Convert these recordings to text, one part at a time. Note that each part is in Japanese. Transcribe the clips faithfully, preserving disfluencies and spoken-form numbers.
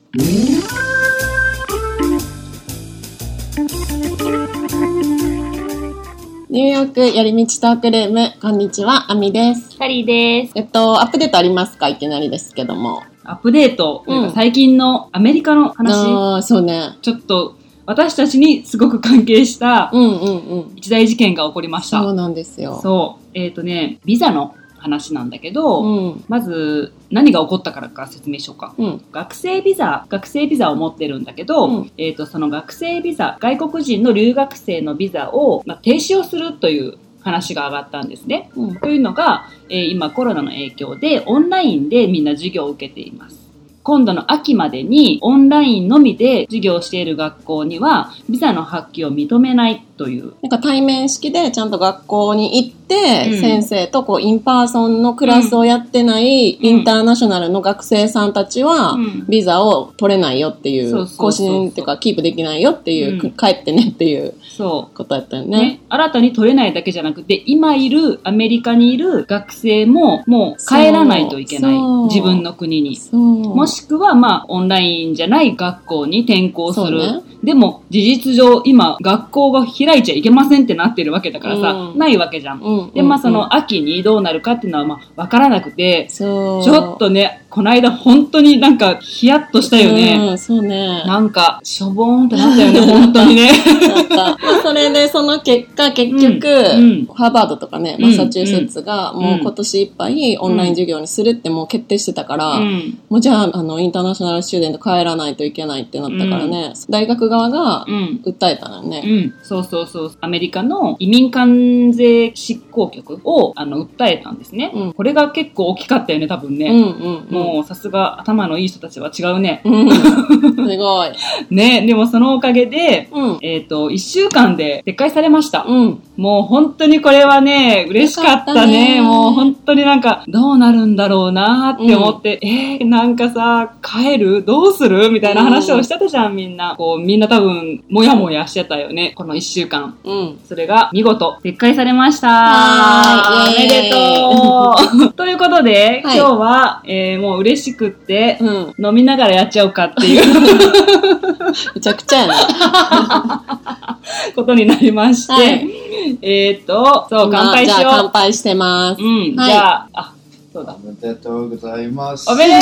ニューヨーク寄り道トークルーム、こんにちは、あみです。 サリーです。 えっと、アップデートありますか？いきなりですけども。 アップデート、うん、最近のアメリカの話。 ああ、そうね。 ちょっと、私たちにすごく関係した一大事件が起こりました。 そうなんですよ。 そう。えっとね、ビザの話なんだけど、うん、まず何が起こったからか説明しようか、うん、学生ビザ学生ビザを持ってるんだけど、うん、えーと、その学生ビザ外国人の留学生のビザを、まあ、停止をするという話が上がったんですね、うん、というのが、えー、今コロナの影響でオンラインでみんな授業を受けています。今度の秋までにオンラインのみで授業をしている学校にはビザの発給を認めないという。 なんか対面式でちゃんと学校に行って、うん、先生とこうインパーソンのクラスをやってないインターナショナルの学生さんたちはビザを取れないよっていう、更新っていうかキープできないよっていう、うん、帰ってねっていうことだったよね。ね、 新たに取れないだけじゃなくて、今いるアメリカにいる学生ももう帰らないといけない。自分の国に。もしくはまあオンラインじゃない学校に転校する。ね、でも事実上今学校が開いちゃいけませんってなってるわけだからさ、うん、ないわけじゃん。うん、でまあその秋にどうなるかっていうのはまあ分からなくて、ちょっとねこの間本当になんかヒヤッとしたよね。 うん、そうね。 なんかしょぼーんってなったよね本当にね。 なんかそれでその結果結局、うんうん、ハーバードとかねマサチューセッツがもう今年いっぱいオンライン授業にするってもう決定してたから、うん、もうじゃああのインターナショナルスチューデント帰らないといけないってなったからね、うん、大学側が訴えたのね、 うんうん、そうそうそうアメリカの移民関税執行局をあの訴えたんですね、うん、これが結構大きかったよね多分ね、うんうんうん、もうさすが頭のいい人たちは違うね、 うん、すごいね。でもそのおかげで、うん、えっといっしゅうかんで撤回されました、うん、もう本当にこれはね嬉しかった ね, ったねもう本当になんかどうなるんだろうなって思って、うん、えー、なんかさ帰るどうするみたいな話をしてたじゃん、みんなこうみんな多分もやもやしてたよねこのいっしゅうかん、うん、それが見事撤回されました。 はいおめでとうということで、はい、今日は、えー、もう嬉しくって、うん、飲みながらやっちゃおうかっていうめちゃくちゃやなことになりまして、はい、えーとそう乾杯しよう。 じゃあ乾杯してます、 うん、はい、じゃああそうだおめでとうございます。 おめでとう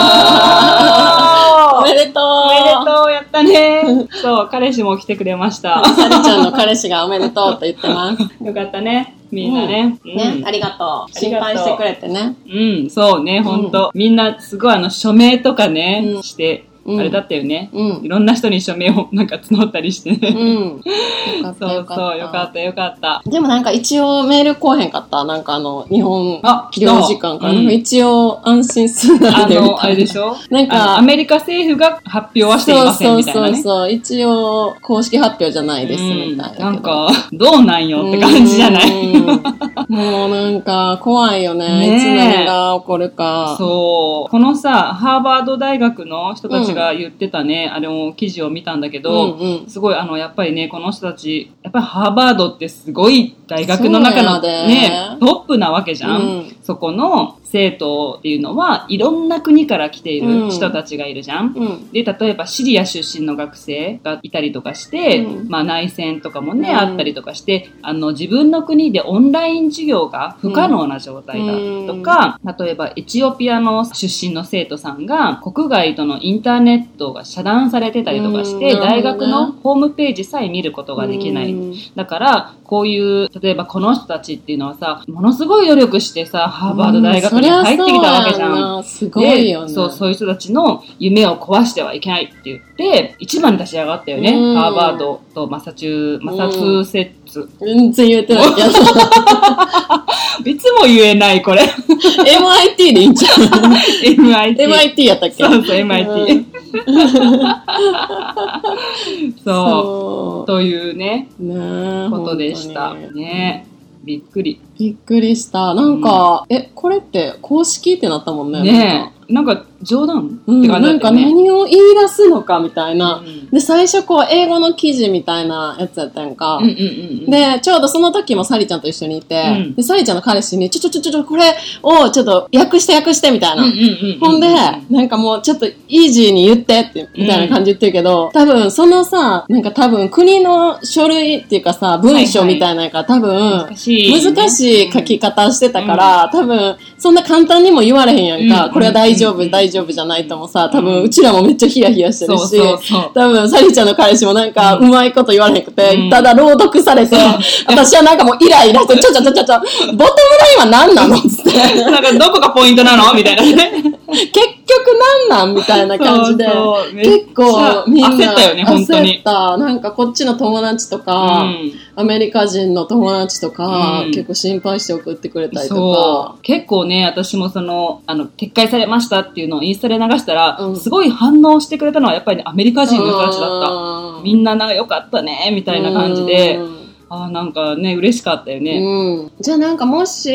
おめでとうおめでとうやったね。そう彼氏も来てくれました。 サリちゃんの彼氏がおめでとうと言ってます。 よかったねみんなね、 うん、ね、うん、ありがとう心配してくれてね。 うんそうね本当、うん、みんなすごいあの署名とかね、うん、してあれだったよね、うん、いろんな人に署名をなんか募ったりしてね、うん、よかったそうそうよかったよかった。 でもなんか一応メール来へんかったなんかあの日本領事館から、うん、一応安心するなんてあのあれでしょなんかアメリカ政府が発表はしていませんみたいなね。 そうそうそう一応公式発表じゃないですみたいな、うん、 なんかどうなんよって感じじゃない、 うん、もうなんか怖いよね。ねいつ何が起こるか。 そうこのさハーバード大学の人たちが言ってたね、うん、あれも記事を見たんだけど、うんうん、すごいあのやっぱりねこの人たちやっぱりハーバードってすごい大学の中のねトップなわけじゃん、うん、そこの生徒っていうのはいろんな国から来ている人たちがいるじゃん、うん、で例えばシリア出身の学生がいたりとかして、うん、まあ内戦とかもね、うん、あったりとかしてあの自分の国でオンライン授業が不可能な状態だとか、うん、例えばエチオピアの出身の生徒さんが国外とのインターネットが遮断されてたりとかして、うん、大学のホームページさえ見ることができない、うん、だからこういう例えばこの人たちっていうのはさものすごい努力してさハーバード大学に入ってきたわけじゃん、 うん、すごいよね。 そう、そういう人たちの夢を壊してはいけないって言って一番に立ち上がったよね、うん、ハーバードとマサチューマサチューセッツ、 うん、全然言えてないけどいつも言えないこれエムアイティー でいいんじゃんエムアイティーエムアイティー やったっけ。 そうそう エムアイティー、うん、そう, そうというねねことでしたね。びっくりびっくりしたなんか、うん、えこれって公式ってなったもんね。 ねえなんか冗談うん、 って感じだったよね。 なんか何を言い出すのかみたいな、うん、で最初こう英語の記事みたいなやつやったやんか、うんうんうんうん、でちょうどその時もサリちゃんと一緒にいて、うん、でサリちゃんの彼氏にちょちょちょちょこれをちょっと訳して訳してみたいな、うんうんうんうん、ほんでなんかもうちょっとイージーに言ってってみたいな感じ言ってるけど、うん、多分そのさなんか多分国の書類っていうかさ文章みたいなのが多分、はいはい、難しい、ね、難しい書き方してたから、うん、多分そんな簡単にも言われへんやんか、うん、これは大丈夫、うん、大丈夫じゃないともさ多分うちらもめっちゃヒヤヒヤしてるし、そうそうそう多分サリちゃんの彼氏もなんかうまいこと言われへんくて、うん、ただ朗読されて、うん、私はなんかもうイライラしてちょちょちょちょちょボトムラインは何なのっつってなんかどこがポイントなのみたいなね結局何なんみたいな感じでそうそう結構みんな焦ったよね本当に焦ったなんかこっちの友達とか、うん、アメリカ人の友達とか、うん、結構心配して送ってくれたりとか結構ね私もそのあの撤回されましたっていうのをインスタで流したら、うん、すごい反応してくれたのはやっぱり、ね、アメリカ人の人たちだったみんななんか良かったねみたいな感じであなんかね嬉しかったよね、 うん、じゃあなんかもし、うん、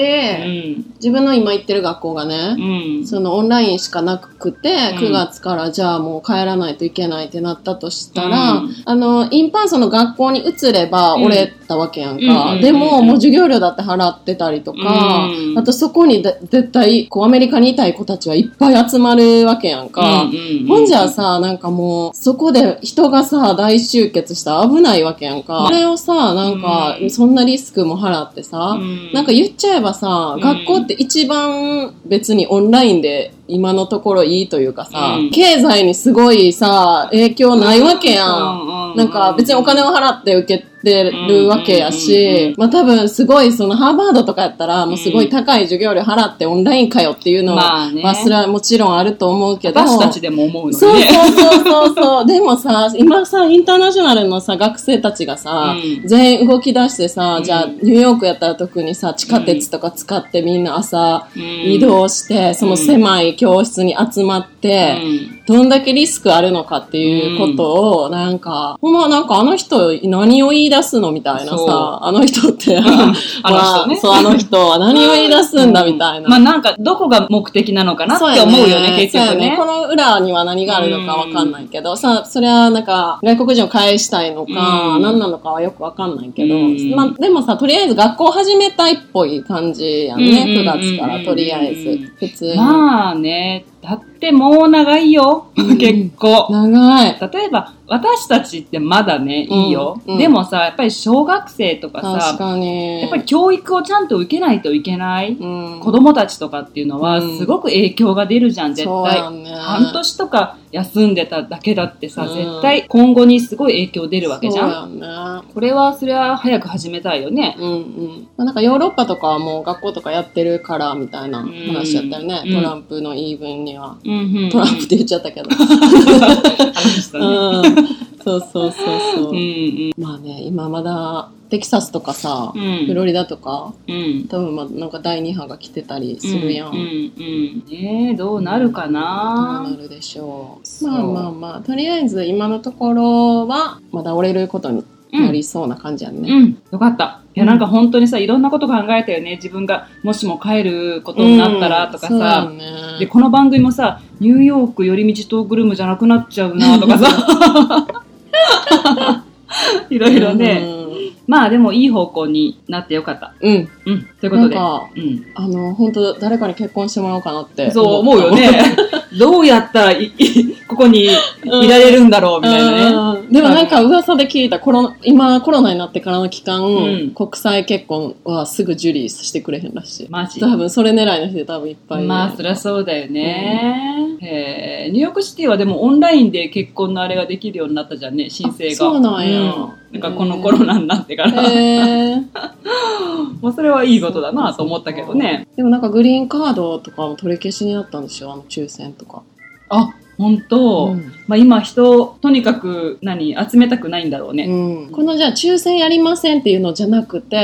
自分の今行ってる学校がね、うん、そのオンラインしかなくて、うん、くがつからじゃあもう帰らないといけないってなったとしたら、うん、あのインパーソンの学校に移れば折れたわけやんか、うん、でももう授業料だって払ってたりとか、うん、あとそこに絶対こうアメリカにいたい子たちはいっぱい集まるわけやんか、うん、ほんじゃさなんかもうそこで人がさ大集結したら危ないわけやんか、それをさなんかそんなリスクも払ってさ、うん、なんか言っちゃえばさ、うん、学校って一番別にオンラインで今のところいいというかさ、うん、経済にすごいさ影響ないわけやん、なんか別にお金を払って受けてるわけやし、まあ多分すごいそのハーバードとかやったらもうすごい高い授業料払ってオンラインかよっていうのは、まあね、まあそれはもちろんあると思うけど私たちでも思うのねそうそうそうそうそうでもさ今さインターナショナルのさ学生たちがさ、うん、全員動き出してさ、うん、じゃあニューヨークやったら特にさ地下鉄とか使ってみんな朝移動して、うん、その狭い教室に集まって、うんどんだけリスクあるのかっていうことを、なんか、ほんまなんかあの人何を言い出すのみたいなさ、あの人って、 あの人ね。 そう、あの人は何を言い出すんだみたいな。 まあなんか、どこが目的なのかなって思うよね、結局ね。 この裏には何があるのかわかんないけど、さ、それはなんか、外国人を返したいのか、何なのかはよくわかんないけど、まあでもさ、とりあえず学校始めたいっぽい感じやんね、くがつからとりあえず。普通に。 まあね。だってもう長いよ、うん、結構長い。 例えば私たちってまだねいいよ、うんうん、でもさやっぱり小学生とかさ確かにやっぱり教育をちゃんと受けないといけない、うん、子供たちとかっていうのはすごく影響が出るじゃん、絶対、ね、半年とか休んでただけだってさ、うん、絶対今後にすごい影響出るわけじゃん、ね、これはそれは早く始めたいよね、 うんうんまあ、なんかヨーロッパとかはもう学校とかやってるからみたいな話やったよね、うん、トランプの言い分には、うんうんうん、トランプって言っちゃったけどあの人ね、うんそうそうそうそう、うんうん、まあね今まだテキサスとかさ、うん、フロリダとか、うん、多分まあなんかだいに波が来てたりするやん、うんうんうんねえどうなるかな、 どうなるでしょう。まあまあまあとりあえず今のところはまだ折れることになりそうな感じやんね、 うんうん、よかった。いやなんか本当にさいろんなこと考えたよね。自分がもしも帰ることになったらとかさ、うんね、でこの番組もさニューヨーク寄り道トークルームじゃなくなっちゃうなとかさいろいろね、うん、まあでもいい方向になってよかった。うん。うん。ということで。 なんか、うん、あの、本当誰かに結婚してもらおうかなって。 そう思うよね。どうやったらいここにいられるんだろうみたいなね。 うん、でもなんか噂で聞いたコロ今コロナになってからの期間、うん、国際結婚はすぐ受理してくれへんらしい。 マジ？ 多分それ狙いの人で多分いっぱい、ね。 まあそりゃそうだよね、うん。へニューヨークシティはでもオンラインで結婚のあれができるようになったじゃんね、申請が。 そうなんや。 うんなんかこのコロナになってから、えー、もうそれはいいことだなと思ったけどね。 でもなんかグリーンカードとかも取り消しになったんでしょ、あの抽選とか。 あ、本当、うんまあ、今人とにかく何集めたくないんだろうね、 うん、このじゃあ抽選やりませんっていうのじゃなくて、うん、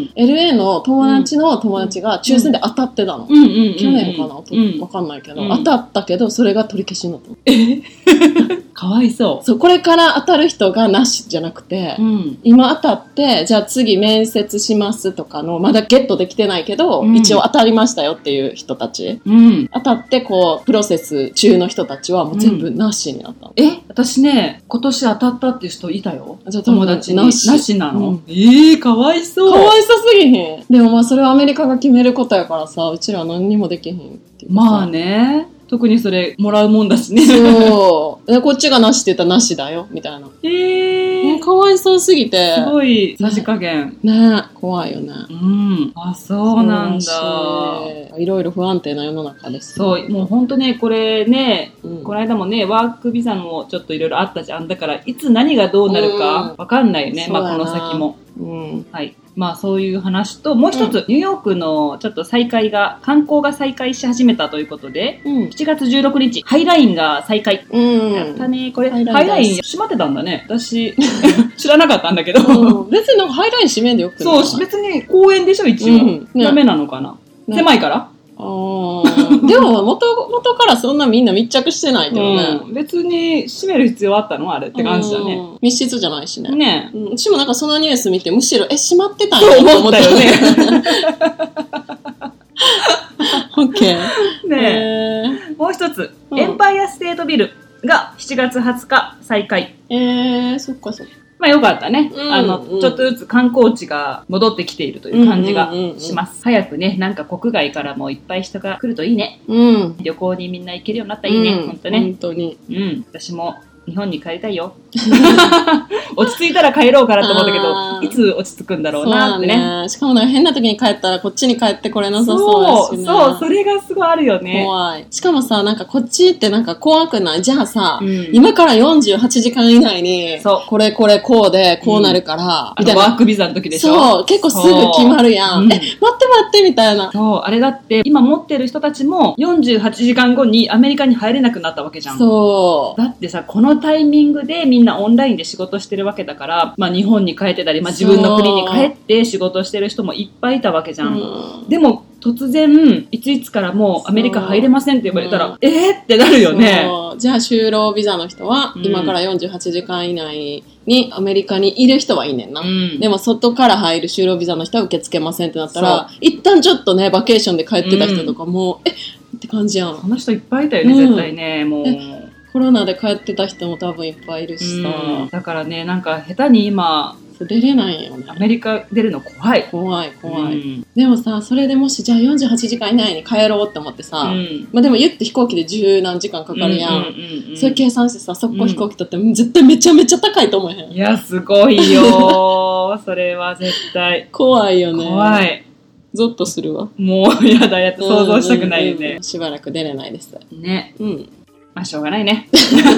エルエー の友達の友達が抽選で当たってたの、うん、去年かな、うん、わかんないけど、うん、当たったけどそれが取り消しになったの。えかわいそう。 そう、これから当たる人がなしじゃなくて、うん、今当たって、じゃあ次面接しますとかの、まだゲットできてないけど、うん、一応当たりましたよっていう人たち。うん、当たって、こう、プロセス中の人たちはもう全部なしになったの。 うん、え私ね、今年当たったっていう人いたよ。じゃあ友達に。なし。なしなの、うん、えー、かわいそう。 かわいそうすぎへん。でもまあそれはアメリカが決めることやからさ、うちらは何にもできへんっていう。 まあね。特にそれもらうもんだしね。 そう。で、こっちがなしって言ったらなしだよ、みたいな。えー。かわいそうすぎて。 すごい、さじ加減。 ね怖いよね。 うん。あ、そうなんだ。 いろいろ不安定な世の中です。 そう、もうほんとね、これね、うん、この間もね、ワークビザもちょっといろいろあったじゃん。だから、いつ何がどうなるかわかんないよね、うん、まあこの先も。うん。はい。まあそういう話と、もう一つ、うん、ニューヨークのちょっと再開が、観光が再開し始めたということで、うん、しちがつじゅうろくにち、ハイラインが再開。うん、やったね。これ、ハイライン、ライン閉まってたんだね。私、知らなかったんだけど。 うん、別になんかハイライン閉めんでよくない？ そう、別に公園でしょ、一応。うんね、ダメなのかな、ね、狭いからあでも元、元からそんなみんな密着してないけどね。 うん、別に閉める必要あったのあれって感じだね。 密室じゃないしね。 ねうん。私もなんかそのニュース見て、むしろ、え、閉まってたんやと思ったよね。オッケー。 ねえ。もう一つ、うん、エンパイアステートビルがしちがつはつか再開。 えー、そっかそっか。 まあよかったね、うん。あの、ちょっとずつ観光地が戻ってきているという感じがします。うんうんうんうん、早くね、なんか国外からもいっぱい人が来るといいね。うん、旅行にみんな行けるようになったらいいね。うん、ほんとね。 本当に。 うん。私も日本に帰りたいよ。落ち着いたら帰ろうかなと思ったけど、いつ落ち着くんだろうなってね。 ねしかもなんか変な時に帰ったらこっちに帰ってこれなさそうだしね。 そう、そう、それがすごいあるよね。 怖い。しかもさ、なんかこっちってなんか怖くない？じゃあさ、うん、今からよんじゅうはちじかん以内に、そう。これこれこうでこうなるから、 うん、みたいな。ワークビザの時でしょ？ そう、結構すぐ決まるやん。うん、え、待って待ってみたいな。 そう、あれだって今持ってる人たちもよんじゅうはちじかんごにアメリカに入れなくなったわけじゃん。 そう。 だってさ、このタイミングでみんなオンラインで仕事してるわけだから、まあ日本に帰ってたり、まあ自分の国に帰って仕事してる人もいっぱいいたわけじゃん。うん、でも突然、いついつからもうアメリカ入れませんって言われたら、うん、えーってなるよね。 じゃあ就労ビザの人は、今からよんじゅうはちじかん以内にアメリカにいる人はいいねんな。うん、でも外から入る就労ビザの人は受け付けませんってなったら、一旦ちょっとね、バケーションで帰ってた人とかも、うん、えって感じやん。 その人いっぱいいたよね、うん、絶対ね、もう。 コロナで帰ってた人も多分いっぱいいるしさ、 うん、だからねなんか下手に今出れないよね。 アメリカ出るの怖い怖い怖い、うん、でもさそれでもしじゃあよんじゅうはちじかん以内に帰ろうって思ってさ、うん、まあ、でも言って飛行機で十何時間かかるやん、うんうんうんうん、そういう計算してさそこ飛行機取って絶対めちゃめちゃ高いと思えへん？ いやすごいよそれは絶対怖いよね。 怖いゾッとするわ。 もうやだやつ想像したくないよね、うんうんうん、 しばらく出れないですね。うんまあしょうがないね。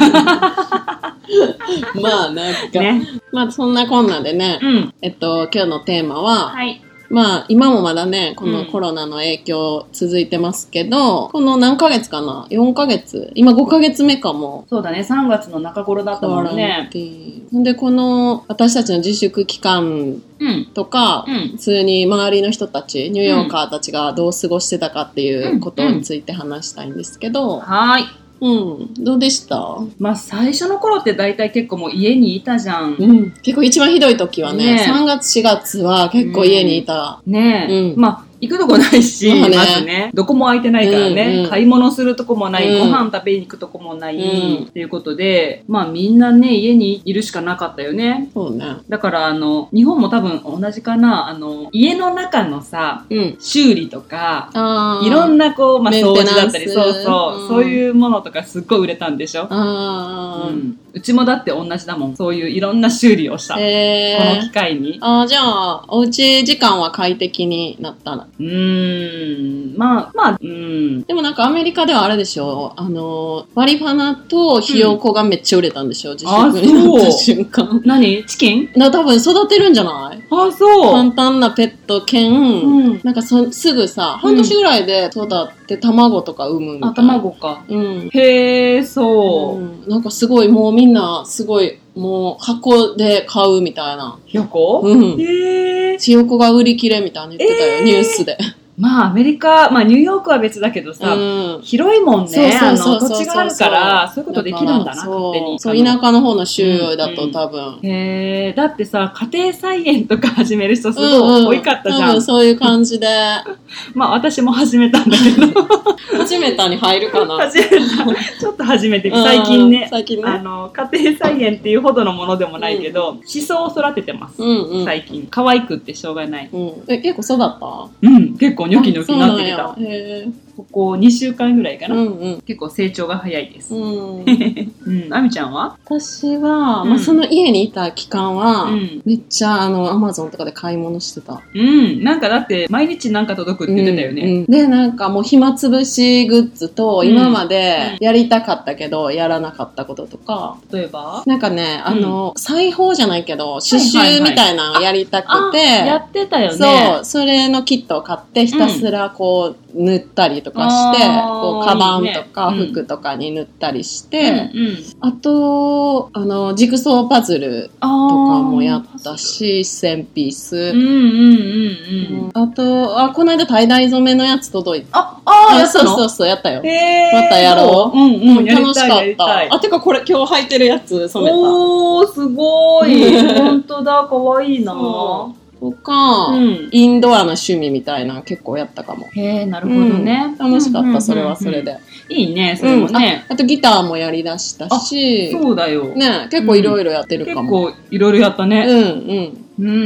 まあなんか、ね、まあそんなこんなでね、うん、えっと今日のテーマは、はい、まあ今もまだねこのコロナの影響続いてますけど、うん、この何ヶ月かなよんかげつ今ごかげつめかも。 そうだねさんがつの中頃だったもんね。 でこの私たちの自粛期間とか、うん、普通に周りの人たちニューヨーカーたちがどう過ごしてたかっていうことについて話したいんですけど、 うんうん、はいうん。どうでした？ まあ最初の頃って大体結構もう家にいたじゃん。 うん。結構一番ひどい時はね、ねさんがつしがつは結構家にいた。 うん、ねえ。うん。まあ行くとこないし、まあね、まずね、どこも空いてないからね、うんうん、買い物するとこもない、うん、ご飯食べに行くとこもない、うん、っていうことで、まあみんなね、家にいるしかなかったよね。 そうね。 だからあの、日本も多分同じかな、あの、家の中のさ、うん、修理とか、いろんなこう、まあ掃除だったり、そうそう、うん、そういうものとかすっごい売れたんでしょ。あうん、うちもだって同じだもん。そういういろんな修理をした。へー、この機会に。 ああ、じゃあ、おうち時間は快適になったな。 うーん、まあ、まあ、うん。 でもなんかアメリカではあれでしょ、あの、マリファナとひよこがめっちゃ売れたんでしょ、うん、自粛になった瞬間。 何？チキン？ な、多分育てるんじゃない？ あ、そう。 簡単なペット兼、うん、なんかそすぐさ、半年ぐらいで育って卵とか産むみたいな。 あ、卵か。うん。へえ、そう、うん。 なんかすごいもうみんな、すごい、もう箱で買うみたいな。 ひよこ？ うん。へえ。ひよこが売り切れみたいに言ってたよ、えー、ニュースで。 まあアメリカ、まあニューヨークは別だけどさ、うん、広いもんね。そうそうそうそう。土地があるから、そういうことできるんだな、勝手に。 そう、田舎の方の州だと多分。うんうん、 へえ、だってさ、家庭菜園とか始める人すごい多かったじゃん。うんうん、 そういう感じで。 まあ私も始めたんだけど。 始めたに入るかな。 始めた。ちょっと始めて、最近ね、最近ね、あの、家庭菜園っていうほどのものでもないけど、うん、シソを育ててます。うんうん、最近。可愛くってしょうがない。 うん、え、結構育った？ うん、結構ニョキニョキになってきた。へー。ここにしゅうかんぐらいかな、うんうん、結構成長が早いです。うん、うん、あみちゃんは？ 私は、うん、まあ、その家にいた期間は、うん、めっちゃあのアマゾンとかで買い物してた。 うん、なんかだって毎日なんか届くって言ってたよね。うんうん、 で、なんかもう暇つぶしグッズと、今までやりたかったけど、やらなかったこととか。 例えば？ なんかね、あの、うん、裁縫じゃないけど、刺繍みたいなのをやりたくて、はいはいはい、 やってたよね。 そう、それのキットを買って、ひたすらこう、塗ったりとかして、こうカバンとか服とかに塗ったりして、うんうん、あと、あの、ジグソーパズルとかもやったし、せんピース。うんうんうんうん、あと、あ、この間タイダイ染めのやつ届いて。 あ、ああ、 そうそうそう、やったよ。 へまたやろう。 うんうん、うん、 楽しかった。あ、てかこれ今日履いてるやつ染めた。 おー、すごい。ほんとだ、かわいいな。 とか、うん、インドアの趣味みたいな結構やったかも。 へえ、なるほどね、 うん。楽しかった、それはそれで。 いいね、それもね、 うんあ。あとギターもやりだしたし。 そうだよ。 ね、結構いろいろやってるかも。 結構いろいろやったね。 うんうん。 うんうんうん。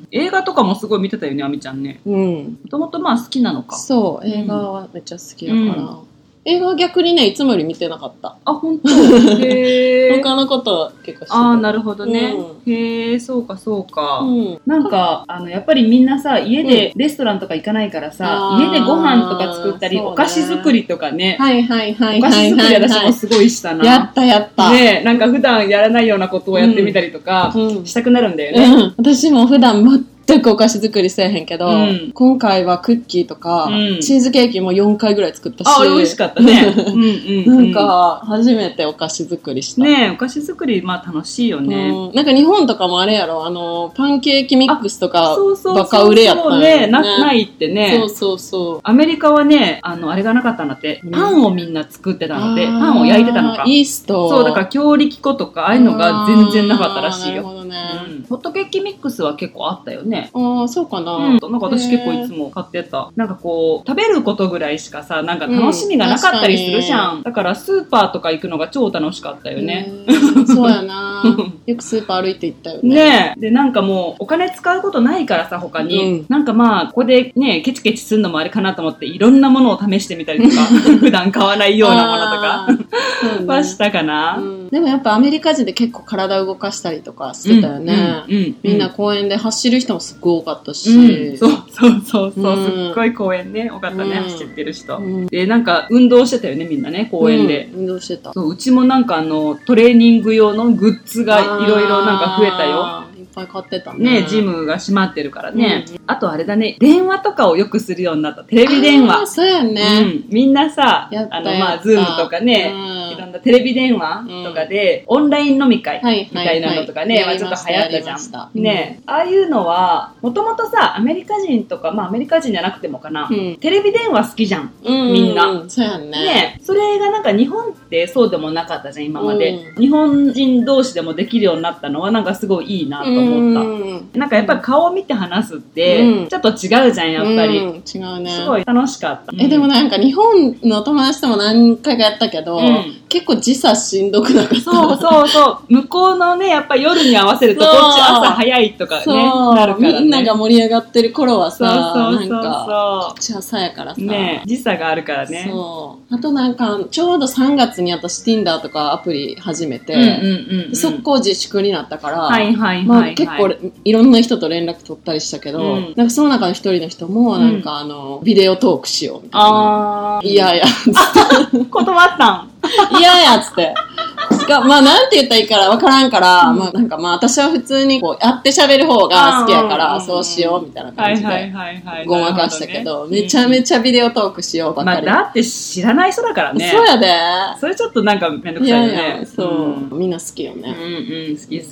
映画とかもすごい見てたよね、あみちゃんね。うん。もともとまあ好きなのか。 そう、映画はめっちゃ好きだから。うん映画は逆にね、いつもより見てなかった。 あ、ほんと？へー。他のこと結構知ってる。 あー、なるほどね。うん、へー、そうかそうか。うん、なんか、あの、やっぱりみんなさ、家でレストランとか行かないからさ、うん、家でご飯とか作ったり、お菓子作りとかね。 はいはいはいはい。 お菓子作り私もすごいしたな。 やったやった。 ねなんか普段やらないようなことをやってみたりとか、したくなるんだよね。 うんうん、私も普段全くお菓子作りせえへんけど、うん、今回はクッキーとか、うん、チーズケーキもよんかいぐらい作ったし。 あ、美味しかったね。うんうん、なんか、初めてお菓子作りした。 ねえ、お菓子作り、まあ楽しいよね、 うん。なんか日本とかもあれやろ、あの、パンケーキミックスとか、バカ売れやったんや、ね。 そうねな、ないってね。 そうそうそう。 アメリカはね、あの、あれがなかったんだって。パンをみんな作ってたので、パンを焼いてたのか。 イースト。 そう、だから強力粉とか、ああいうのが全然なかったらしいよ。 なるほどね、 うん。ホットケーキミックスは結構あったよね。 ああ、そうかな。 うん、なんか私結構いつも買ってた。なんかこう、食べることぐらいしかさ、なんか楽しみがなかったりするじゃん。うん、だからスーパーとか行くのが超楽しかったよね。 そうやなよくスーパー歩いて行ったよね。 ねえ。で、なんかもう、お金使うことないからさ、他に。うん、なんかまあ、ここでね、ケチケチするのもあれかなと思って、いろんなものを試してみたりとか、普段買わないようなものとか、ね、はしたかな、うん。 でもやっぱアメリカ人で結構体を動かしたりとかしてたよね。うんうんうん、みんな公園で走る人もすっごい多かったし。うんそうそうそうそう、うん、すっごい公園ね、多かったね、うん、走ってる人、うん。で、なんか運動してたよね、みんなね、公園で。 うん、運動してた。 そう、うちもなんかあの、トレーニング用のグッズがいろいろなんか増えたよ。 いっぱい買ってたね。 ね、ジムが閉まってるからね、うん。あとあれだね、電話とかをよくするようになった。テレビ電話。 あ、そうやね、 うん。みんなさ、あの、まあ、ズームとかね、うん、いろんなテレビ電話とかで、うん、オンライン飲み会みたいなのとかね、はいはいはい、まあ、ちょっと流行ったじゃん。ね、ああいうのは、もともとさ、アメリカ人とか、まあアメリカ人じゃなくてもかな、うん、テレビ電話好きじゃん、うん、みんな、 うん、そうやんね。 ね、それがなんか日本ってそうでもなかったじゃん、今まで、うん。日本人同士でもできるようになったのはなんかすごいいいなと思った。うん、なんかやっぱり顔を見て話すって、うん、ちょっと違うじゃん、やっぱり。うん、 違うね。 すごい楽しかった。 え、でもなんか日本の友達とも何回かやったけど、うん、結構時差しんどくなかった。 そうそうそう。向こうのね、やっぱり夜に合わせるとこっち朝早いとかね、なるからね。 みんなが盛り上がってる頃はさ、 そうそうそうそう、 なんか、こっち朝やからさ。 ね、時差があるからね。 そう。あとなんか、ちょうどさんがつに私 Tinder とかアプリ始めて、うんうんうんうん、速攻自粛になったから、 はいはいはいはい、 まあ、結構いろんな人と連絡取ったりしたけど、うん、なんかその中の一人の人も、なんかあの、うん、ビデオトークしようみたいな。いやいや、 断ったんいやいや、つって。が、まあ、なんて言ったらいいから分からんから、うん、まあ、なんかまあ、私は普通にこう、やって喋る方が好きやから、そうしよう、みたいな感じで、ごまかしたけど、めちゃめちゃビデオトークしようばっかり。 まあ、だって知らない人だからね。 そうやで。 それちょっとなんかめんどくさいよね。 いやいやそう、うん。みんな好きよね。 うんうん、好き好き。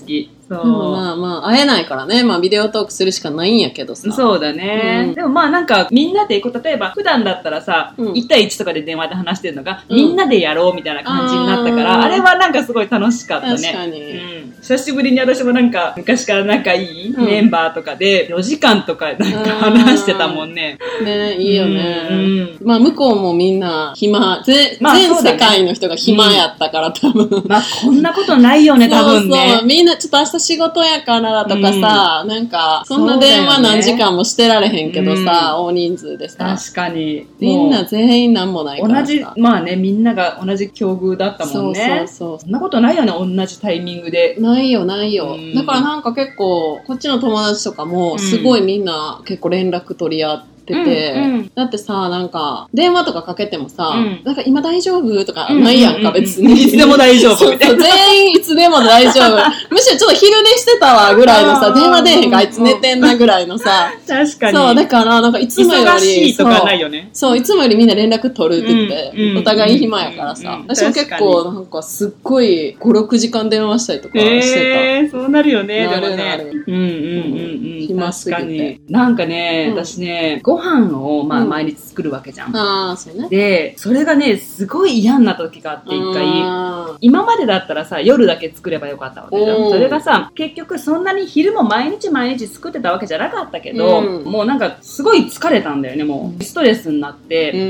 そう。 でもまあまあ、会えないからね。まあビデオトークするしかないんやけどさ。 そうだね。うん、でもまあなんか、みんなでこう、例えば普段だったらさ、うん、いち対いちとかで電話で話してるのが、うん、みんなでやろうみたいな感じになったから、あ, あれはなんかすごい楽しかったね。 確かに。 うん。久しぶりに私もなんか、昔から仲いいメンバーとかで、よじかんとかなんか話してたもんね。 ね、いいよね。うんうん、まあ向こうもみんな暇、ぜまあ、全世界の人が暇やったから、多分。 まあこんなことないよね、多分ね。 そうそう、みんなちょっと明日仕事やからとかさ、うん、なんか、そんな電話何時間もしてられへんけどさ、うん、大人数でさ。 確かに。 みんな全員なんもないからさ。 同じ、まあね、みんなが同じ境遇だったもんね。そうそうそう。そんなことないよね、同じタイミングで。 ないよ、ないよ。うん、だからなんか結構、こっちの友達とかも、すごいみんな結構連絡取り合って、てて、うんうん、だってさ、なんか、電話とかかけてもさ、うん、なんか今大丈夫とかないやんか、別に。 いつでも大丈夫みたいな。 全員いつでも大丈夫。むしろちょっと昼寝してたわぐらいのさ、電話出えへんかあいつ寝てんなぐらいのさ。 確かに。 そう、だから、なんかいつもより。 忙しいとかないよね。 そう、そういつもよりみんな連絡取るって言って、うん、お互い暇やからさ。うんうん、私も結構、なんかすっごいご、ろくじかん電話したりとかしてた。 えー、そうなるよね、 でもね。 うんうんうんうん。 暇すぎて。確かに。なんかね、うん、私ね、ご飯を、まあ、毎日作るわけじゃん。 うん、ああ、そうね。 で、それがね、すごい嫌になった時があって、一回。今までだったらさ、夜だけ作ればよかったわけじゃん。それがさ、結局そんなに昼も毎日毎日作ってたわけじゃなかったけど、うん、もうなんかすごい疲れたんだよね、もう。ストレスになって、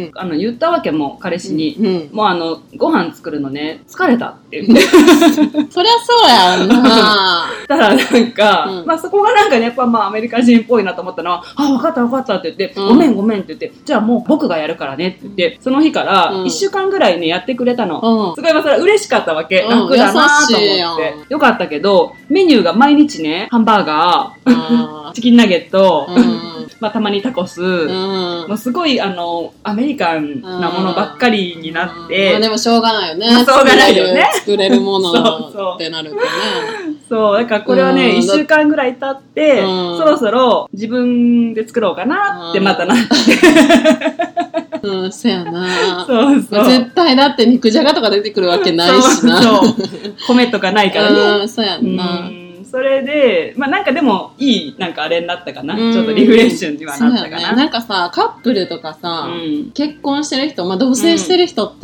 うん、あの、言ったわけも、彼氏に。うんうん、もうあの、ご飯作るのね、疲れたって言って。 そりゃそうやんな。 ただなんか、うん、まあそこがなんかね、やっぱまあアメリカ人っぽいなと思ったのは、あ、わかったわかったって言って、うん、ごめんごめんって言って、じゃあもう僕がやるからねって言って、その日からいっしゅうかんぐらいね、やってくれたの。うん、すごいそれは嬉しかったわけ。うん、楽だなと思って。よかったけど、メニューが毎日ね、ハンバーガー、チキンナゲット、うんまあたまにタコス、うん、もうすごいあの、アメリカンなものばっかりになって。 まあでもしょうがないよね。 まあ、しょうがないよね。 作れるものってなるとね。 そう、だからこれはね、いっしゅうかんぐらい経って、そろそろ自分で作ろうかなってまたなって。 うん、そやな。 そうそう。 絶対だって肉じゃがとか出てくるわけないしな。 そうそう。米とかないからね。 うん、そうやんな。 それで、まあなんかでもいい、なんかあれになったかな。ちょっとリフレッシュにはなったかな。 ね、なんかさ、カップルとかさ、うん、結婚してる人、まあ同棲してる人って、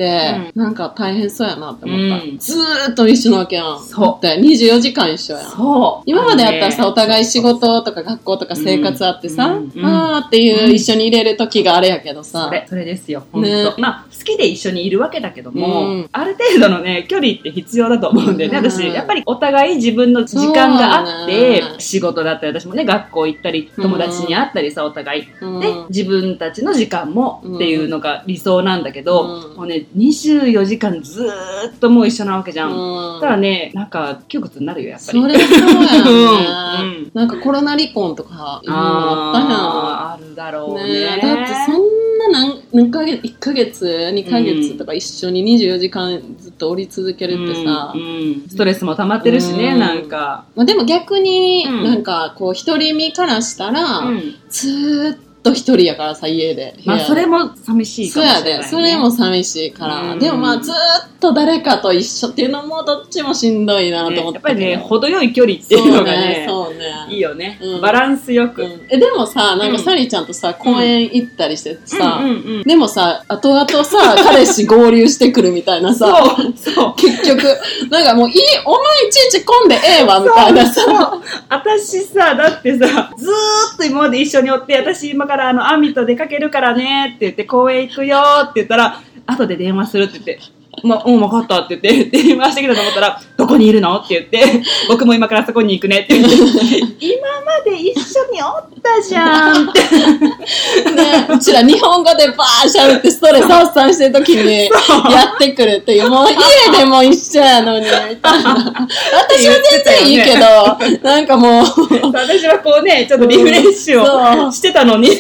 うん、なんか大変そうやなって思った。うん、ずーっと一緒なわけやん。そう。だってにじゅうよじかん一緒やん。 そう。 今までやったらさ、お互い仕事とか学校とか生活あってさ、うん、あーっていう一緒に入れる時があれやけどさ。 それ、それですよ。ほんと。ね、まあ好きで一緒にいるわけだけども、うん、ある程度のね、距離って必要だと思うんだよね。うん、私、やっぱりお互い自分の時間があって、仕事だったり私もね学校行ったり友達に会ったりさお互い、うん、で自分たちの時間もっていうのが理想なんだけど、うん、もうねにじゅうよじかんずーっともう一緒なわけじゃん、うん、だからねなんか窮屈になるよやっぱりそれそうやね、うん、なんかコロナ離婚とかいうのあったやんあ, あるだろう ね, ねだってそんな何何ヶ月いっかげつにかげつとか一緒ににじゅうよじかんずっとおり続けるってさ、 うんうん、ストレスも溜まってるしね、うん、なんか、 まあ、でも逆になんかこう独り身からしたら、うん、ずーっと一人やからさ家でまあそれも寂しいかもしれない、ね、 そうやでそれも寂しいから、うん、でもまあずーっと誰かと一緒っていうのもどっちもしんどいなと思って、ね、 やっぱりね程よい距離っていうのがねそうね、そうねいいよね、うん、バランスよく、うん、 えでもさなんかサリーちゃんとさ、うん、公園行ったりしてさ、うんうんうんうん、でもさ後々さ彼氏合流してくるみたいなさそうそう結局なんかもういいお前いちいち混んでええわみたいなさそうそう私さだってさずーっと今まで一緒におって私今からあのアミと出かけるからねって言って公園行くよって言ったら後で電話するって言ってま、うん、分かったって言って、電話してきたと思ったら、どこにいるのって言って、僕も今からそこに行くねって言って、今まで一緒におったじゃんって。 ね、うちら日本語でバーシャルってストレス発散してるときにやってくるっていう、もう家でも一緒やのに、みたいな。私は全然いいけど、なんかもう。 私はこうね、ちょっとリフレッシュをしてたのに。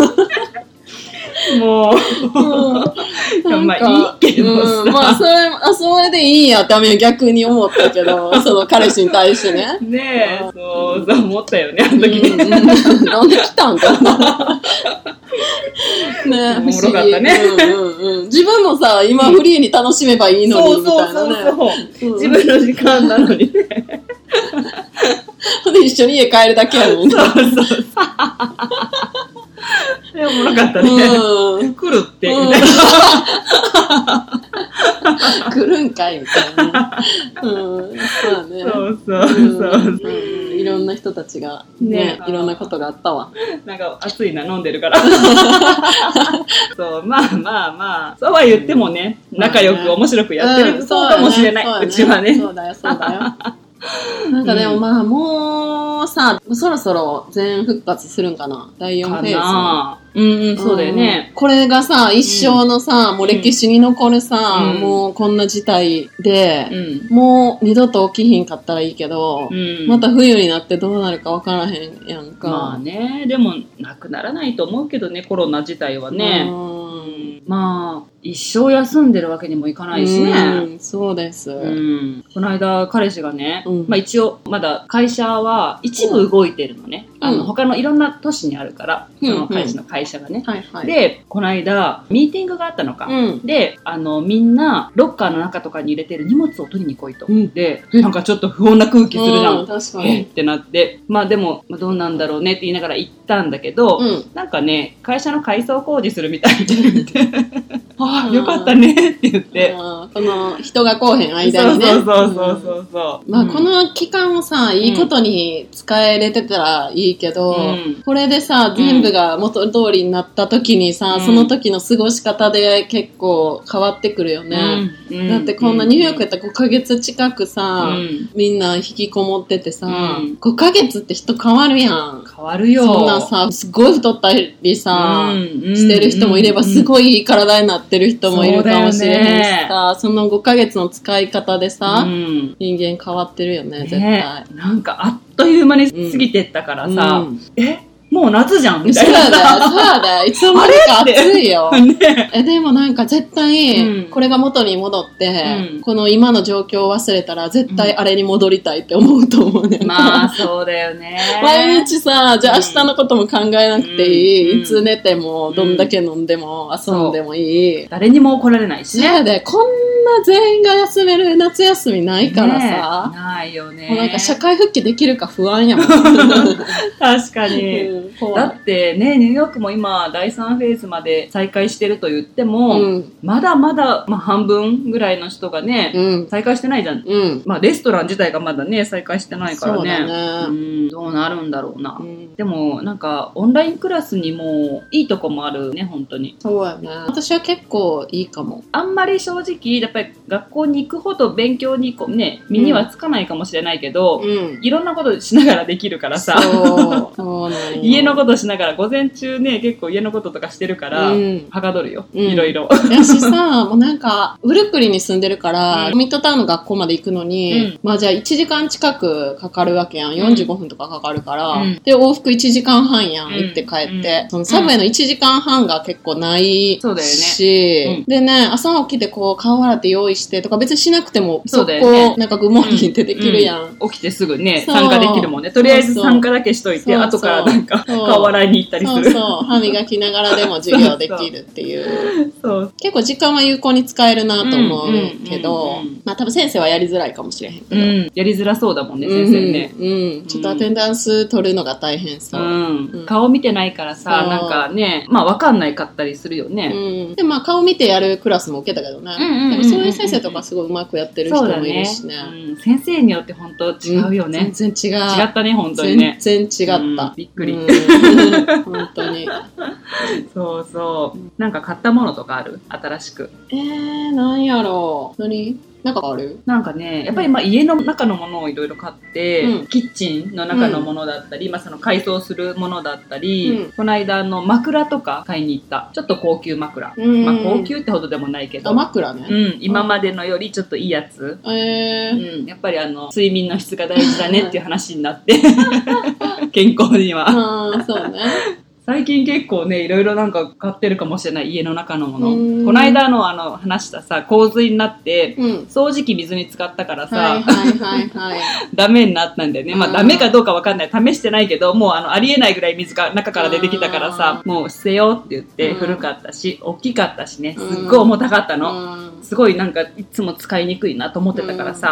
もう、うん、まあいいけどさ、 うん、まあそれあそれでいいんやって逆に思ったけどその彼氏に対してねねえそうそう思ったよねあの時に、うん、 なんで来たんかなねおもろかったね、 うんうんうん、自分もさ今フリーに楽しめばいいのにみたいなねそうそうそうそう、うん、自分の時間なのにね一緒に家帰るだけやのに。 そうそうそう。でおもろかったね。うん、来るって、みたいな。 来るんかいみたいな。うん、そうね。 そうそうそう。 うん、いろんな人たちがね、ね、いろんなことがあったわ。 なんか暑いな、飲んでるから。そう、まあまあまあ、そうは言ってもね、うん、仲良く面白くやってる、うん、そうかもしれない、う, ね、うちはね。 そうだよ、そうだよ。なんかでもまあ、もうさ、そろそろ全復活するんかな、だいよんフェーズ。 うんうん、そうだよね。 これがさ、一生のさ、うん、もう歴史に残るさ、うん、もうこんな事態で、うん、もう二度と起きひんかったらいいけど、うん、また冬になってどうなるか分からへんやんか。 まあね、でもなくならないと思うけどね、コロナ自体はね。うんまあ、一生休んでるわけにもいかないしね。 うん、そうです。うん、この間彼氏がね、うん、まあ一応まだ会社は一部動いてるのね。うん、あの他のいろんな都市にあるから、うん、その彼氏の会社がね。うんはいはい、で、この間ミーティングがあったのか。うん、で、あのみんなロッカーの中とかに入れてる荷物を取りに来いと。うん、で、なんかちょっと不穏な空気するじゃん。うん、確かに。ってなって、まあでも、まあ、どうなんだろうねって言いながら行ったんだけど、うん、なんかね、会社の改装工事するみたいって言って。ああ、よかったねって言って。 この人が来おへん間にね。 そうそうそうそうそう。 うん、まあこの期間をさ、いいことに使えれてたらいいけど、うん、これでさ、全部が元通りになった時にさ、うん、その時の過ごし方で結構変わってくるよね。うん、だってこんなニューヨークやったらごかげつ近くさ、うん、みんな引きこもっててさ、うん、ごかげつって人変わるやん。 変わるよ。 そんなさ、すごい太ったりさ、うん、してる人もいれば、すごいいい体になってる人もいるかもしれへんしさ、 そ, そのごかげつの使い方でさ、うん、人間変わってるよね、絶対。 ね、なんかあっという間に過ぎてったからさ、うん、えもう夏じゃんみたいな。 そうだよ、そうだよ。いつの間にか暑いよ。ね、えでもなんか絶対、これが元に戻って、うん、この今の状況を忘れたら、絶対あれに戻りたいって思うと思うね。 うん、まあ、そうだよね。 毎日さ、じゃあ明日のことも考えなくていい。うん、いつ寝ても、どんだけ飲んでも、遊んでもいい。 誰にも怒られないしね。 そうだよ。こんな全員が休める夏休みないからさ。 ね、ないよね。 もうなんか社会復帰できるか不安やもん。 確かに。うんだってね、ニューヨークも今だいさんフェーズまで再開してると言っても、うん、まだまだ、まあ、半分ぐらいの人がね、うん、再開してないじゃん、うん、まあ、レストラン自体がまだね再開してないからね、そうだね、うん、どうなるんだろうな、うん、でもなんかオンラインクラスにもいいとこもあるね、本当に。 そうやね、私は結構いいかも。 あんまり正直やっぱり学校に行くほど勉強にこうね身にはつかないかもしれないけど、うん、いろんなことしながらできるからさ、そうそうなんよ家のことしながら午前中ね結構家のこととかしてるから、うん、はかどるよ、うん、いろいろ。 やしさ、もうなんかブルックリンに住んでるから、うん、ミッドタウンの学校まで行くのに、うん、まあじゃあいちじかん近くかかるわけやん、よんじゅうごふんとかかかるから、うん、で往復いちじかんはんやん、うん、行って帰って、うん、そのサブウェイのいちじかんはんが結構ないし、うん、ね、でね朝起きてこう顔洗って用意してとか別にしなくてもそうだよね、 なんかグッモーニングってできるやん、 うんうん、起きてすぐね参加できるもんね。とりあえず参加だけしといて、後からなんか顔洗いに行ったりする。 そうそう、歯磨きながらでも授業できるっていうそうそう結構時間は有効に使えるなと思うけど、まあ多分先生はやりづらいかもしれへんけど、うん、 やりづらそうだもんね、先生ね、 うんうん、ちょっとアテンダンス取るのが大変そう、うんうん、顔見てないからさ、なんかねまあ分かんないかったりするよね、 うん、でまあ顔見てやるクラスも受けたけどね、うんうんうんうん、でもそういう先生とかすごいうまくやってる人もいるしね、 うん、先生によって本当違うよね、 うん、全然違う、 違ったね本当にね、 全然違った、 うん、びっくり、うん、 本当にそうそう、なんか買ったものとかある？新しく。 えー、なんやろう。何？なんかある？ なんかね、やっぱりまあ家の中のものをいろいろ買って、うん、キッチンの中のものだったり、うん、まあその改装するものだったり、うん、この間の枕とか買いに行った。ちょっと高級枕。うん、まあ高級ってほどでもないけど。 あ、枕ね。 うん、今までのよりちょっといいやつ。えー、うん、やっぱりあの睡眠の質が大事だねっていう話になって健康には。 あ、そうね。 最近結構ねいろいろなんか買ってるかもしれない、家の中のもの。この間のあの話したさ洪水になって、うん、掃除機水に使ったからさ、はいはいはいはい、ダメになったんだよね。まあダメかどうかわかんない、試してないけどもうあのありえないぐらい水が中から出てきたからさ、もう捨てようって言って古かったし大きかったしね、すっごい重たかったの。すごいなんかいつも使いにくいなと思ってたからさ、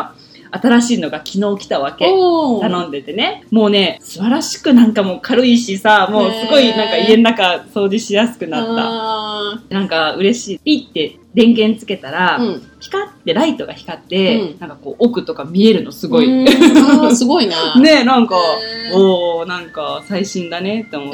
新しいのが昨日来たわけ。頼んでてね。もうね、素晴らしくなんかもう軽いしさ、もうすごいなんか家の中掃除しやすくなった。なんか嬉しい。ピッて電源つけたら、うん、光ってライトが光って、うん、なんかこう奥とか見えるのすごい。 あすごいな。 ねなんか、おーなんか最新だねって思って、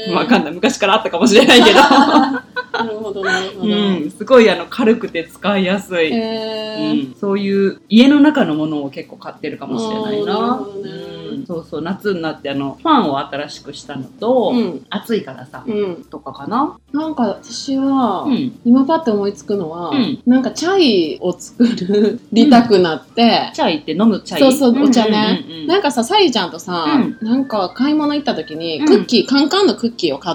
わかんない。昔からあったかもしれないけど。 なるほどなるほど。 うん、すごいあの軽くて使いやすい、うん。そういう家の中のものを結構買ってるかもしれないな。なるほどね。うん、そうそう夏になってあのファンを新しくしたのと、うん、暑いからさ、うん、とかかな。 なんか私は、うん、今パッて思いつくのは、うん、なんかチャイを作るりたくなって、 うん、チャイって飲むチャイ。 そうそうお茶ね、うんうんうんうん、なんかささゆちゃんとさ、うん、なんか買い物行った時にクッキー、うん、カンカンのクッキーを買って、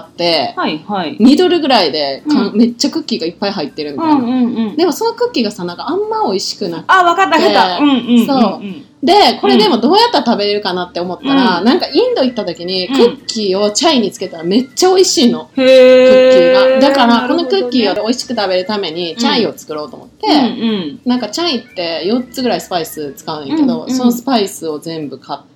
はいはい、 にドルぐらいで、うん、めっちゃクッキーがいっぱい入ってるみたいな、うんうんうん、でもそのクッキーがさなんかあんま美味しくなくて、 あ分かった分かった、うんうんうんうん、 そうで、これでもどうやったら食べれるかなって思ったら、うん、なんかインド行った時にクッキーをチャイにつけたらめっちゃ美味しいの。へー。クッキーが。だからこのクッキーを美味しく食べるためにチャイを作ろうと思って、うんうん、なんかチャイってよっつぐらいスパイス使うんやけど、うんうん、そのスパイスを全部買って、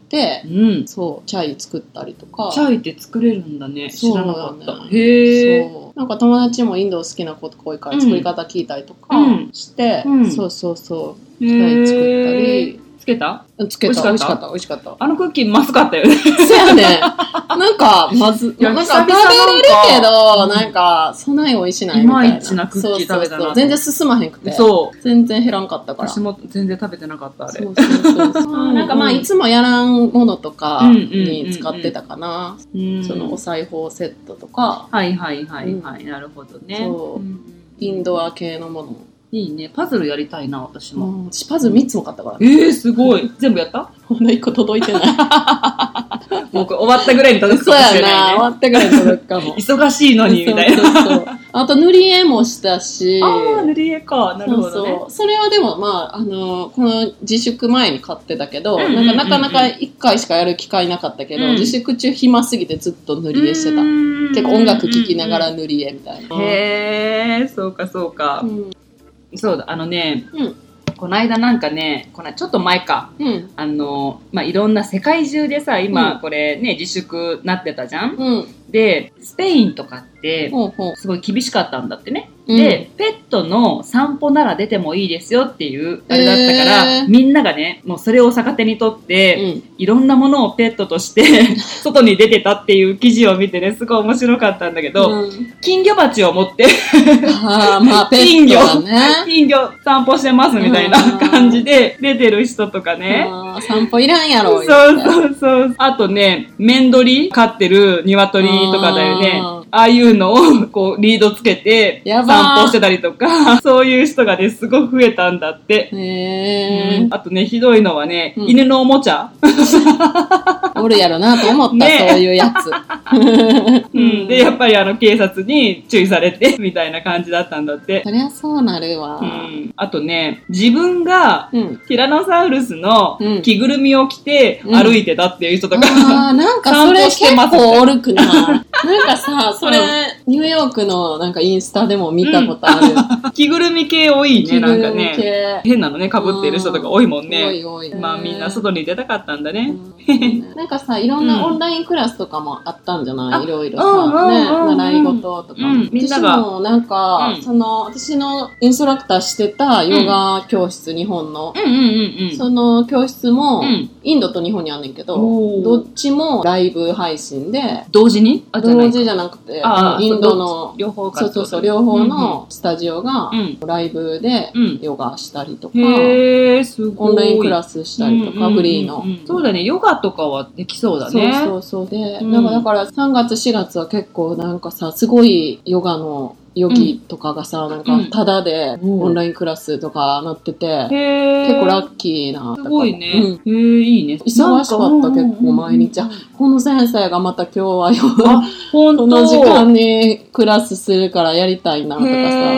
うん、そう、チャイ作ったりとか。 チャイって作れるんだね。知らなかった。ね、へー。 そう。なんか友達もインド好きな子と多いから作り方聞いたりとかして、うんうん、そうそうそう、チャイ作ったり。 つけたつけた。美味しかった。美味しかった。 あのクッキーまずかったよね。 そうやね。なんか、まず、なんか食べれるけど、なんか、そない美味しないみたいな。 いまいちなクッキー食べたな。そうそうそう。 全然進まへんくて。 そう。 全然減らんかったから。 私も全然食べてなかった、あれ。 そうそうそう。なんかまあ、いつもやらんものとかに使ってたかな。そのお裁縫セットとか。 はいはいはいはい。なるほどね。 そう。インドア系のもの。 いいね。パズルやりたいな、私も。 うん、私パズルみっつも買ったからね。えー、すごい。全部やった？ ほんのいっこ届いてない。 もうこれ終わったぐらいに届くかもしれない、ね。 そうやな、終わったぐらいに届くかも。 忙しいのに、みたいな。そうそうそう。 あと塗り絵もしたし。 ああ、塗り絵か。なるほどね。そうそう。 それはでも、まあ、あの、この自粛前に買ってたけど、うんうんうんうん、なんかなかなかいっかいしかやる機会なかったけど、うん、自粛中暇すぎてずっと塗り絵してた。結構音楽聴きながら塗り絵みたいな。 へー、そうかそうか。うんそうだ、あのね、うん、この間なんかね、このちょっと前か、うん、あの、まあ、いろんな世界中でさ、今これね、自粛なってたじゃん、うん、で、スペインとかって、すごい厳しかったんだってね。うん、で、ペットの散歩なら出てもいいですよっていうあれだったから、えー、みんながね、もうそれを逆手にとって、うん、いろんなものをペットとして外に出てたっていう記事を見てね、すごい面白かったんだけど、うん、金魚鉢を持ってあまあ、ペットだね、 金魚散歩してますみたいな感じで出てる人とかね。 散歩いらんやろ。 そうそうそう。あとね、メンドリ飼ってる鶏とかだよね。ああいうのをこうリードつけて散歩してたりとか、そういう人がね、すごく増えたんだって。へー、うん、あとね、ひどいのはね、うん、犬のおもちゃおるやろなと思った、ね、そういうやつ。 うん、で、やっぱりあの警察に注意されてみたいな感じだったんだって。 そりゃそうなるわ。 うん、あとね、自分がティラノサウルスの着ぐるみを着て歩いてたっていう人とか、 うんうん、あなんかそれ結構おるくな。なんかさ、それ、うん、ニューヨークのなんかインスタでも見たことある。 うん、着ぐるみ系多いね、なんかね。変なのね、被っている人とか多いもんね。 多い多い。 まあみんな外に出たかったんだね。 うん、なんかさ、いろんなオンラインクラスとかもあったんじゃない、うん、いろいろさ、ね、習い事とかも。うん、みんなが私もなんか、うん、その、私のインストラクターしてたヨガ教室、うん、日本の、うんうんうんうん、その教室も、うん、インドと日本にあんねんけど、どっちもライブ配信で、 同時にあ同時じゃなくて、インドの、両方そうそうそう、両方のスタジオが、ライブでヨガしたりとか、うん、へー、すごい。オンラインクラスしたりとか、フリーの。 そうだね、ヨガとかはできそうだね。 そうそうそう。で、うん、なんかだからさんがつしがつは結構なんかさ、すごいヨガのヨギとかがさ、うん、なんかタダでオンラインクラスとかなってて、うん、結構ラッキーな。 すごいね。うん、へー、いいね。 忙しかった、結構毎日。あ、この先生がまた今日はよ、この時間にクラスするからやりたいなとかさ。 へー、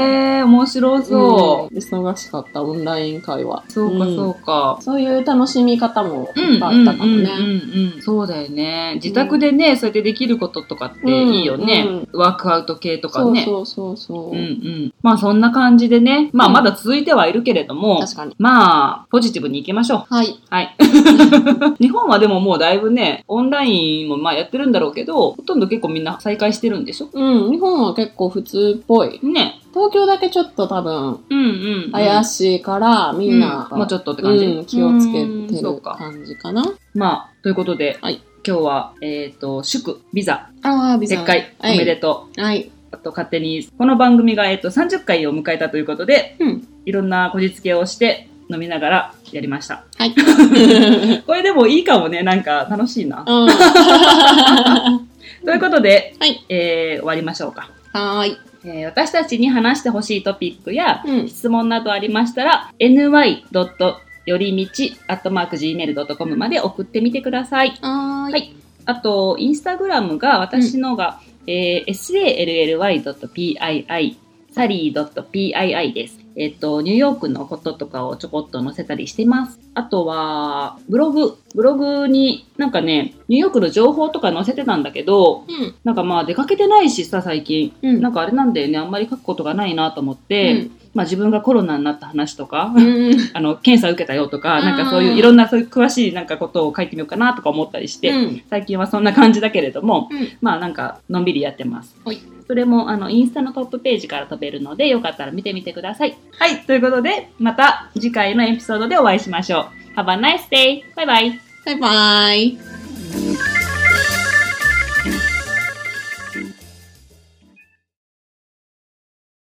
面白そう、 うん。忙しかったオンライン会話。 そうかそうか、 うん。そういう楽しみ方もいっぱいあったかもね。うんうんうんうん、そうだよね。自宅でね、うん、そうやってできることとかっていいよね。うんうん、ワークアウト系とかね。 そうそうそうそう。 うんうん。まあそんな感じでね。まあまだ続いてはいるけれども。 うん、確かに。 まあ、ポジティブに行きましょう。 はい。 はい。日本はでももうだいぶね、オンラインもまあやってるんだろうけど、ほとんど結構みんな再開してるんでしょ？ うん、日本は結構普通っぽい。 ね。 東京だけちょっと多分、うんうんうん、怪しいから、みんな、 うん、もうちょっとって感じ、 うん、気をつけてる感じかな。 まあ、ということで、 はい、 今日は、えっ、ー、と、祝、ビザ。 ああ、ビザ。 撤回、おめでとう。はい。 あと、勝手に、この番組が、えっ、ー、と、さんじゅっかいを迎えたということで、うん、いろんなこじつけをして、飲みながらやりました。 はい。 これでもいいかもね、なんか楽しいな。 うん、 ということで、 はい、 えー、終わりましょうか。 はーい。 えー、私たちに話してほしいトピックや、うん、質問などありましたら、エヌワイ よりみち アットマーク ジーメール ドットコム まで送ってみてください。 はーい。はい。 あと、インスタグラムが、私のが、うん、えー、エスエーエルエルワイドットピーアイアイ、サリードットピーアイアイ です。えっと、ニューヨークのこととかをちょこっと載せたりしてます。あとは、ブログ。ブログになんかね、ニューヨークの情報とか載せてたんだけど、うん、なんかまあ出かけてないしさ、最近。うん、なんかあれなんだよね、あんまり書くことがないなと思って、うん、まあ自分がコロナになった話とか、うん、あの、検査受けたよとか、なんかそういういろんなそういう詳しいなんかことを書いてみようかなとか思ったりして、うん、最近はそんな感じだけれども、うん、まあなんかのんびりやってます。はい、それもあのインスタのトップページから飛べるので、よかったら見てみてください。はい、ということで、また次回のエピソードでお会いしましょう。Have a nice day! バイバイ！ バイバイ！